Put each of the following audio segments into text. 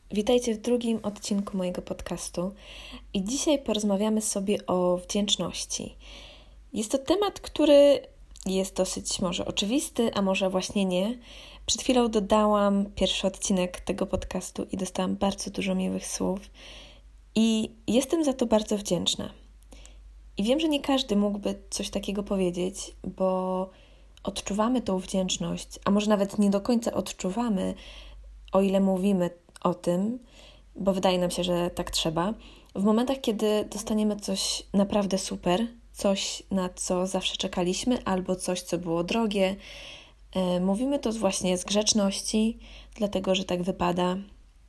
Witajcie w drugim odcinku mojego podcastu i dzisiaj porozmawiamy sobie o wdzięczności. Jest to temat, który jest dosyć może oczywisty, a może właśnie nie. Przed chwilą dodałam pierwszy odcinek tego podcastu i dostałam bardzo dużo miłych słów i jestem za to bardzo wdzięczna. I wiem, że nie każdy mógłby coś takiego powiedzieć, bo odczuwamy tą wdzięczność, a może nawet nie do końca odczuwamy, o ile mówimy o tym, bo wydaje nam się, że tak trzeba. W momentach, kiedy dostaniemy coś naprawdę super, coś, na co zawsze czekaliśmy, albo coś, co było drogie, mówimy to właśnie z grzeczności, dlatego, że tak wypada.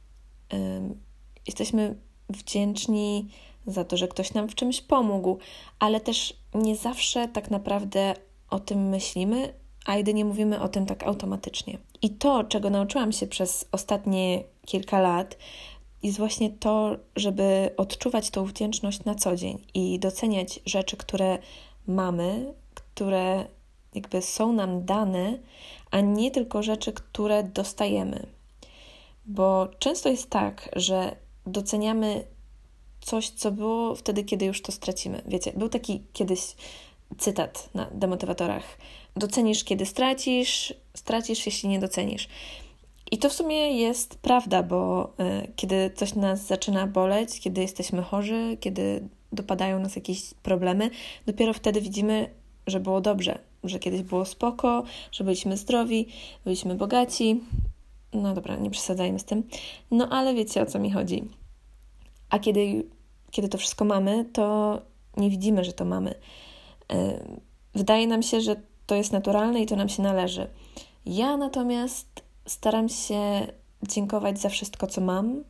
Jesteśmy wdzięczni za to, że ktoś nam w czymś pomógł, ale też nie zawsze tak naprawdę o tym myślimy, a jedynie mówimy o tym tak automatycznie. I to, czego nauczyłam się przez ostatnie kilka lat, jest właśnie to, żeby odczuwać tą wdzięczność na co dzień i doceniać rzeczy, które mamy, które jakby są nam dane, a nie tylko rzeczy, które dostajemy. Bo często jest tak, że doceniamy coś, co było wtedy, kiedy już to stracimy. Wiecie, był taki kiedyś cytat na demotywatorach. Docenisz, kiedy stracisz, jeśli nie docenisz. I to w sumie jest prawda, bo kiedy coś nas zaczyna boleć, kiedy jesteśmy chorzy, kiedy dopadają nas jakieś problemy, dopiero wtedy widzimy, że było dobrze, że kiedyś było spoko, że byliśmy zdrowi, byliśmy bogaci. No dobra, nie przesadzajmy z tym. No ale wiecie, o co mi chodzi. A kiedy to wszystko mamy, to nie widzimy, że to mamy. Wydaje nam się, że to jest naturalne i to nam się należy. Ja natomiast staram się dziękować za wszystko, co mam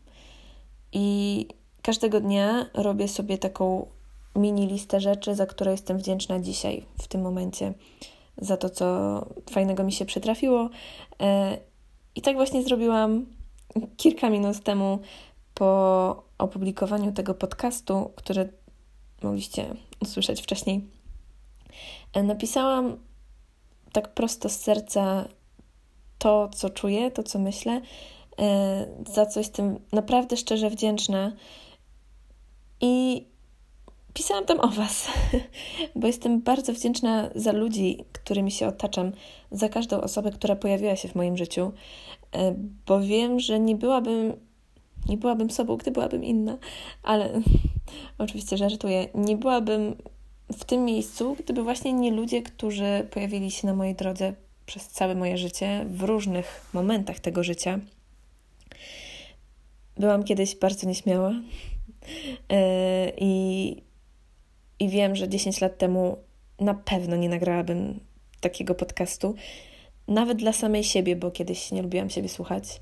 i każdego dnia robię sobie taką mini listę rzeczy, za które jestem wdzięczna dzisiaj, w tym momencie, za to, co fajnego mi się przytrafiło. I tak właśnie zrobiłam kilka minut temu po opublikowaniu tego podcastu, który mogliście usłyszeć wcześniej. Napisałam tak prosto z serca to, co czuję, to, co myślę, za co jestem naprawdę szczerze wdzięczna. I pisałam tam o Was, bo jestem bardzo wdzięczna za ludzi, którymi się otaczam, za każdą osobę, która pojawiła się w moim życiu, bo wiem, że nie byłabym sobą, gdy byłabym inna, ale oczywiście żartuję, nie byłabym w tym miejscu, gdyby właśnie nie ludzie, którzy pojawili się na mojej drodze przez całe moje życie, w różnych momentach tego życia. Byłam kiedyś bardzo nieśmiała i wiem, że 10 lat temu na pewno nie nagrałabym takiego podcastu, nawet dla samej siebie, bo kiedyś nie lubiłam siebie słuchać.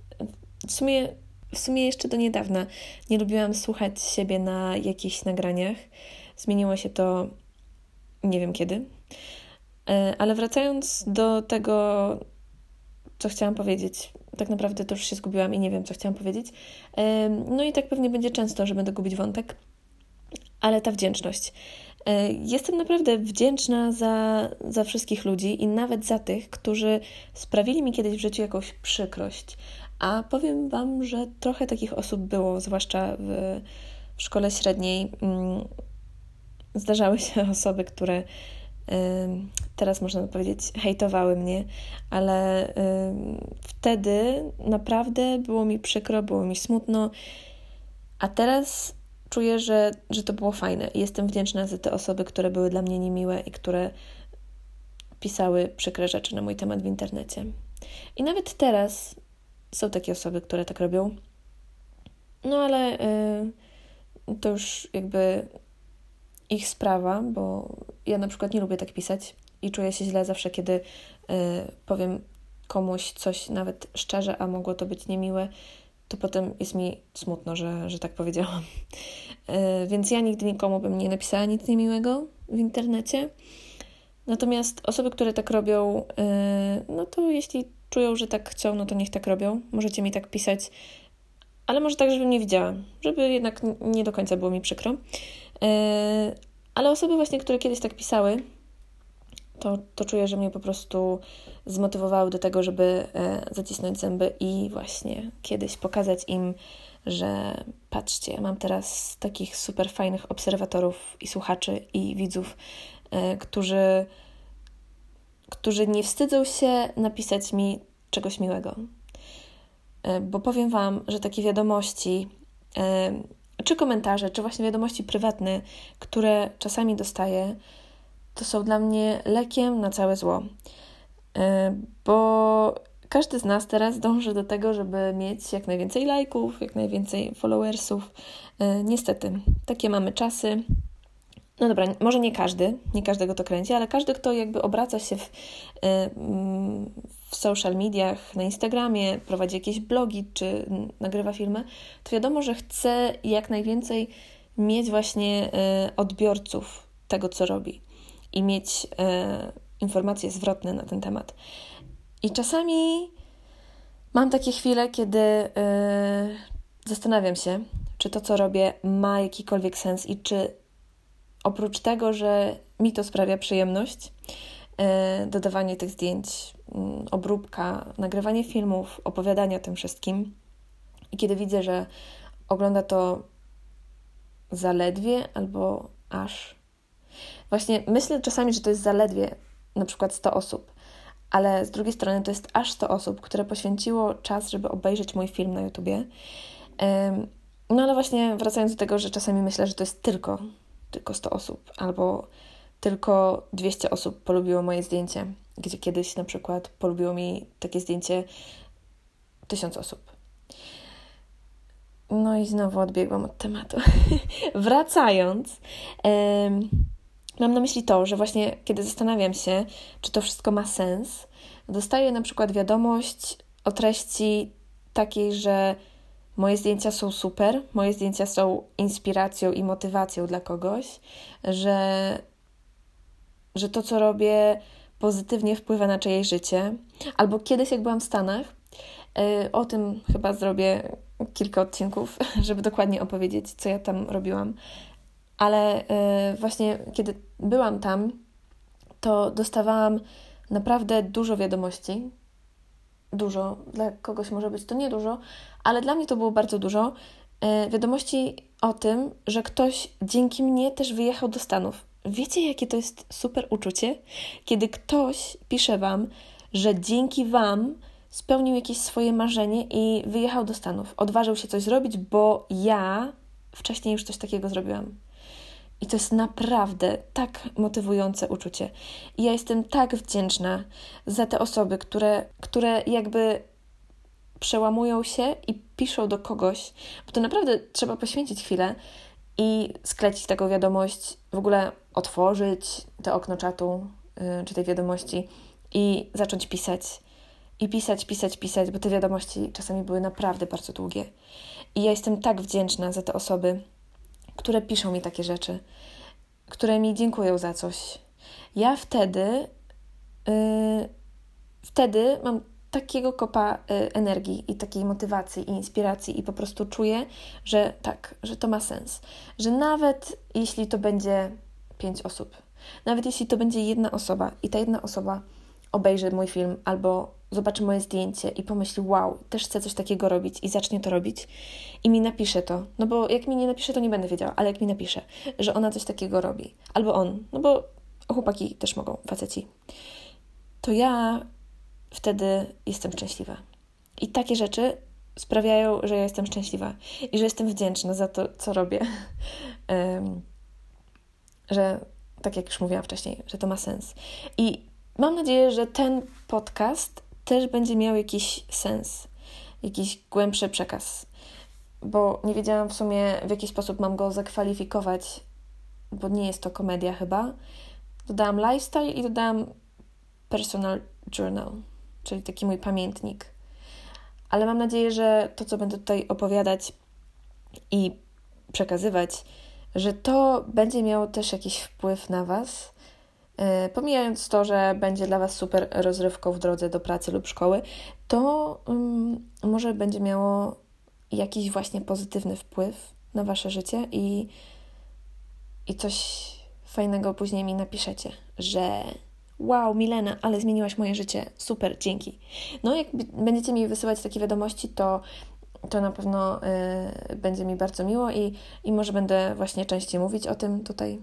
W sumie jeszcze do niedawna nie lubiłam słuchać siebie na jakichś nagraniach. Zmieniło się to nie wiem kiedy. Ale wracając do tego, co chciałam powiedzieć, tak naprawdę to już się zgubiłam i nie wiem, co chciałam powiedzieć. No i tak pewnie będzie często, że będę gubić wątek. Ale ta wdzięczność. Jestem naprawdę wdzięczna za wszystkich ludzi i nawet za tych, którzy sprawili mi kiedyś w życiu jakąś przykrość. A powiem Wam, że trochę takich osób było, zwłaszcza w szkole średniej. Zdarzały się osoby, które teraz można powiedzieć hejtowały mnie, ale wtedy naprawdę było mi przykro, było mi smutno, a teraz czuję, że to było fajne i jestem wdzięczna za te osoby, które były dla mnie niemiłe i które pisały przykre rzeczy na mój temat w internecie. I nawet teraz są takie osoby, które tak robią. No ale to już jakby ich sprawa, bo ja na przykład nie lubię tak pisać i czuję się źle zawsze, kiedy powiem komuś coś nawet szczerze, a mogło to być niemiłe, to potem jest mi smutno, że tak powiedziałam. Więc ja nigdy nikomu bym nie napisała nic niemiłego w internecie. Natomiast osoby, które tak robią, no to jeśli czują, że tak chcą, no to niech tak robią. Możecie mi tak pisać, ale może tak, żebym nie widziała, żeby jednak nie do końca było mi przykro. Ale osoby właśnie, które kiedyś tak pisały, to czuję, że mnie po prostu zmotywowały do tego, żeby zacisnąć zęby i właśnie kiedyś pokazać im, że patrzcie, mam teraz takich super fajnych obserwatorów i słuchaczy i widzów, którzy nie wstydzą się napisać mi czegoś miłego. Bo powiem Wam, że takie wiadomości, czy komentarze, czy właśnie wiadomości prywatne, które czasami dostaję, to są dla mnie lekiem na całe zło. Bo każdy z nas teraz dąży do tego, żeby mieć jak najwięcej lajków, jak najwięcej followersów. Niestety, takie mamy czasy. No dobra, może nie każdego to kręci, ale każdy, kto jakby obraca się w social mediach, na Instagramie, prowadzi jakieś blogi, czy nagrywa filmy, to wiadomo, że chce jak najwięcej mieć właśnie odbiorców tego, co robi i mieć informacje zwrotne na ten temat. I czasami mam takie chwile, kiedy zastanawiam się, czy to, co robię, ma jakikolwiek sens i czy oprócz tego, że mi to sprawia przyjemność, dodawanie tych zdjęć, obróbka, nagrywanie filmów, opowiadanie o tym wszystkim i kiedy widzę, że ogląda to zaledwie albo aż. Właśnie myślę czasami, że to jest zaledwie na przykład 100 osób, ale z drugiej strony to jest aż 100 osób, które poświęciło czas, żeby obejrzeć mój film na YouTubie. No ale właśnie wracając do tego, że czasami myślę, że to jest tylko 100 osób, albo tylko 200 osób polubiło moje zdjęcie, gdzie kiedyś na przykład polubiło mi takie zdjęcie 1000 osób. No i znowu odbiegłam od tematu. Wracając, mam na myśli to, że właśnie kiedy zastanawiam się, czy to wszystko ma sens, dostaję na przykład wiadomość o treści takiej, że moje zdjęcia są super, moje zdjęcia są inspiracją i motywacją dla kogoś, że to, co robię, pozytywnie wpływa na czyjeś życie. Albo kiedyś, jak byłam w Stanach, o tym chyba zrobię kilka odcinków, żeby dokładnie opowiedzieć, co ja tam robiłam. Ale właśnie kiedy byłam tam, to dostawałam naprawdę dużo wiadomości. Dużo, dla kogoś może być to niedużo, ale dla mnie to było bardzo dużo. Wiadomości o tym, że ktoś dzięki mnie też wyjechał do Stanów. Wiecie, jakie to jest super uczucie? Kiedy ktoś pisze Wam, że dzięki Wam spełnił jakieś swoje marzenie i wyjechał do Stanów. Odważył się coś zrobić, bo ja wcześniej już coś takiego zrobiłam. I to jest naprawdę tak motywujące uczucie. I ja jestem tak wdzięczna za te osoby, które jakby przełamują się i piszą do kogoś, bo to naprawdę trzeba poświęcić chwilę i sklecić taką wiadomość, w ogóle otworzyć to okno czatu czy tej wiadomości i zacząć pisać. I pisać, bo te wiadomości czasami były naprawdę bardzo długie. I ja jestem tak wdzięczna za te osoby, które piszą mi takie rzeczy, które mi dziękują za coś. Ja wtedy mam takiego kopa energii i takiej motywacji i inspiracji i po prostu czuję, że tak, że to ma sens. Że nawet jeśli to będzie 5 osób, nawet jeśli to będzie jedna osoba i ta jedna osoba obejrzy mój film albo zobaczy moje zdjęcie i pomyśli, wow, też chcę coś takiego robić i zacznie to robić i mi napisze to, no bo jak mi nie napisze, to nie będę wiedziała, ale jak mi napisze, że ona coś takiego robi, albo on, no bo chłopaki też mogą, faceci, to ja wtedy jestem szczęśliwa. I takie rzeczy sprawiają, że ja jestem szczęśliwa i że jestem wdzięczna za to, co robię. Że, tak jak już mówiłam wcześniej, że to ma sens. I mam nadzieję, że ten podcast też będzie miał jakiś sens, jakiś głębszy przekaz, bo nie wiedziałam w sumie, w jaki sposób mam go zakwalifikować, bo nie jest to komedia chyba. Dodałam lifestyle i dodałam personal journal, czyli taki mój pamiętnik. Ale mam nadzieję, że to, co będę tutaj opowiadać i przekazywać, że to będzie miało też jakiś wpływ na Was. Pomijając to, że będzie dla Was super rozrywką w drodze do pracy lub szkoły, to może będzie miało jakiś właśnie pozytywny wpływ na Wasze życie i coś fajnego później mi napiszecie, że wow, Milena, ale zmieniłaś moje życie, super, dzięki. No jak będziecie mi wysyłać takie wiadomości, to na pewno będzie mi bardzo miło i może będę właśnie częściej mówić o tym tutaj.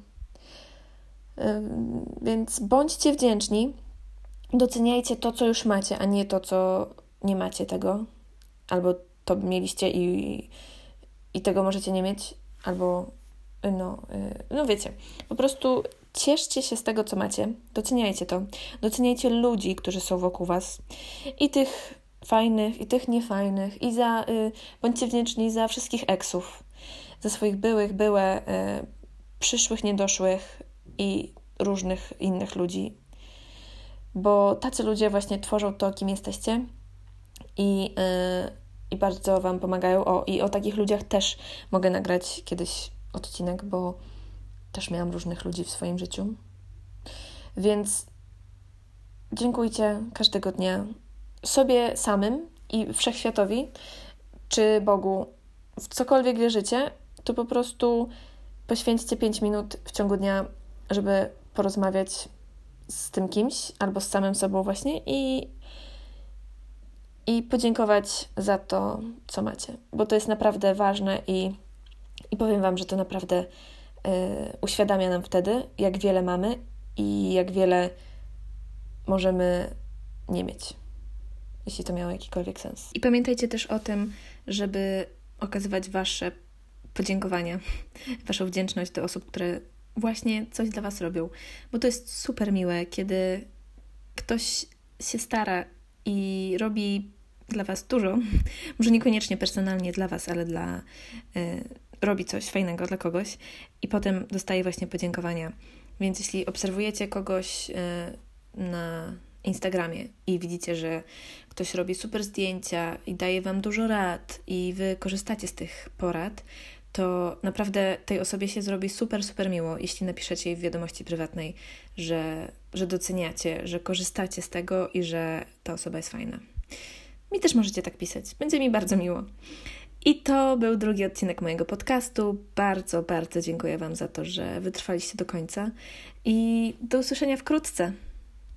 Więc bądźcie wdzięczni, doceniajcie to, co już macie, a nie to, co nie macie tego, albo to mieliście i tego możecie nie mieć, albo no wiecie, po prostu cieszcie się z tego, co macie, doceniajcie to, doceniajcie ludzi, którzy są wokół was i tych fajnych, i tych niefajnych i bądźcie wdzięczni za wszystkich eksów, za swoich byłych, przyszłych, niedoszłych i różnych innych ludzi, bo tacy ludzie właśnie tworzą to, kim jesteście i bardzo wam pomagają. I o takich ludziach też mogę nagrać kiedyś odcinek, bo też miałam różnych ludzi w swoim życiu. Więc dziękujcie każdego dnia sobie samym i wszechświatowi, czy Bogu, w cokolwiek wierzycie, to po prostu poświęćcie 5 minut w ciągu dnia, żeby porozmawiać z tym kimś albo z samym sobą właśnie i podziękować za to, co macie. Bo to jest naprawdę ważne i powiem wam, że to naprawdę uświadamia nam wtedy, jak wiele mamy i jak wiele możemy nie mieć, jeśli to miało jakikolwiek sens. I pamiętajcie też o tym, żeby okazywać wasze podziękowania, waszą wdzięczność do osób, które właśnie coś dla was robią. Bo to jest super miłe, kiedy ktoś się stara i robi dla was dużo, może niekoniecznie personalnie dla was, ale robi coś fajnego dla kogoś i potem dostaje właśnie podziękowania. Więc jeśli obserwujecie kogoś na Instagramie i widzicie, że ktoś robi super zdjęcia i daje wam dużo rad i wy korzystacie z tych porad, to naprawdę tej osobie się zrobi super, super miło, jeśli napiszecie jej w wiadomości prywatnej, że doceniacie, że korzystacie z tego i że ta osoba jest fajna. Mi też możecie tak pisać. Będzie mi bardzo miło. I to był drugi odcinek mojego podcastu. Bardzo, bardzo dziękuję wam za to, że wytrwaliście do końca i do usłyszenia wkrótce.